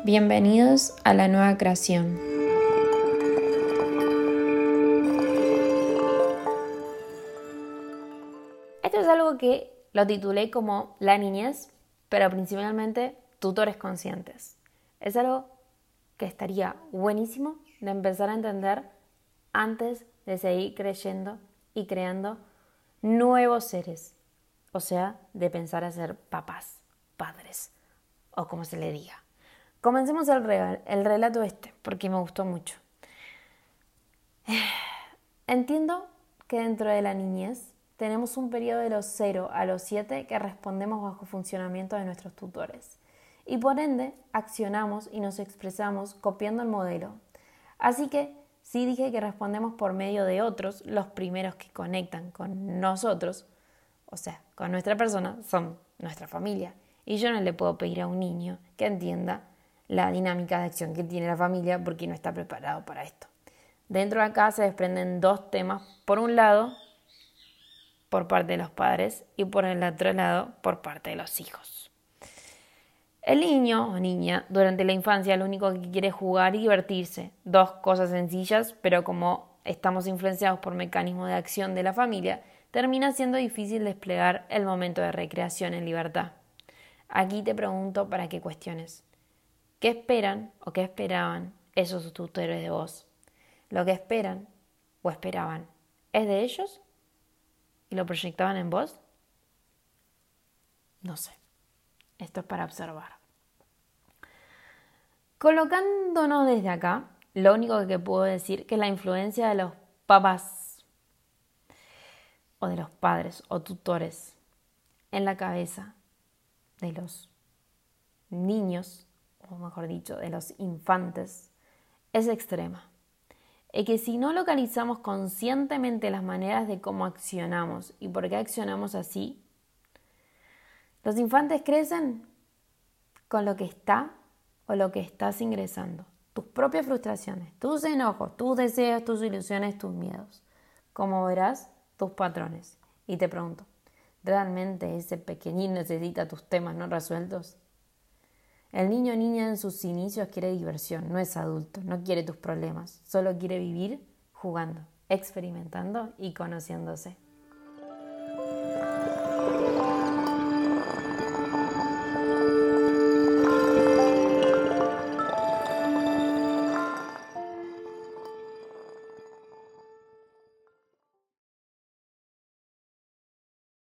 Bienvenidos a la nueva creación. Esto es algo que lo titulé como la niñez, pero principalmente tutores conscientes. Es algo que estaría buenísimo de empezar a entender antes de seguir creyendo y creando nuevos seres. O sea, de pensar a ser papás, padres, o como se le diga. Comencemos el relato porque me gustó mucho. Entiendo que dentro de la niñez tenemos un periodo de los 0 a los 7 que respondemos bajo funcionamiento de nuestros tutores. Y por ende, accionamos y nos expresamos copiando el modelo. Así que sí dije que respondemos por medio de otros, los primeros que conectan con nosotros, o sea, con nuestra persona, son nuestra familia. Y yo no le puedo pedir a un niño que entienda la dinámica de acción que tiene la familia porque no está preparado para esto. Dentro de acá se desprenden dos temas. Por un lado, por parte de los padres y por el otro lado, por parte de los hijos. El niño o niña durante la infancia lo único que quiere es jugar y divertirse. Dos cosas sencillas, pero como estamos influenciados por mecanismos de acción de la familia, termina siendo difícil desplegar el momento de recreación en libertad. Aquí te pregunto para que cuestiones. ¿Qué esperan o qué esperaban esos tutores de vos? ¿Lo que esperan o esperaban es de ellos y lo proyectaban en vos? No sé. Esto es para observar. Colocándonos desde acá, lo único que puedo decir que es la influencia de los papás o de los padres o tutores en la cabeza de los niños, o mejor dicho, de los infantes, es extrema. Y que si no localizamos conscientemente las maneras de cómo accionamos y por qué accionamos así, los infantes crecen con lo que está o lo que estás ingresando. Tus propias frustraciones, tus enojos, tus deseos, tus ilusiones, tus miedos. Como verás, tus patrones. Y te pregunto, ¿realmente ese pequeñín necesita tus temas no resueltos? El niño o niña en sus inicios quiere diversión, no es adulto, no quiere tus problemas, solo quiere vivir jugando, experimentando y conociéndose.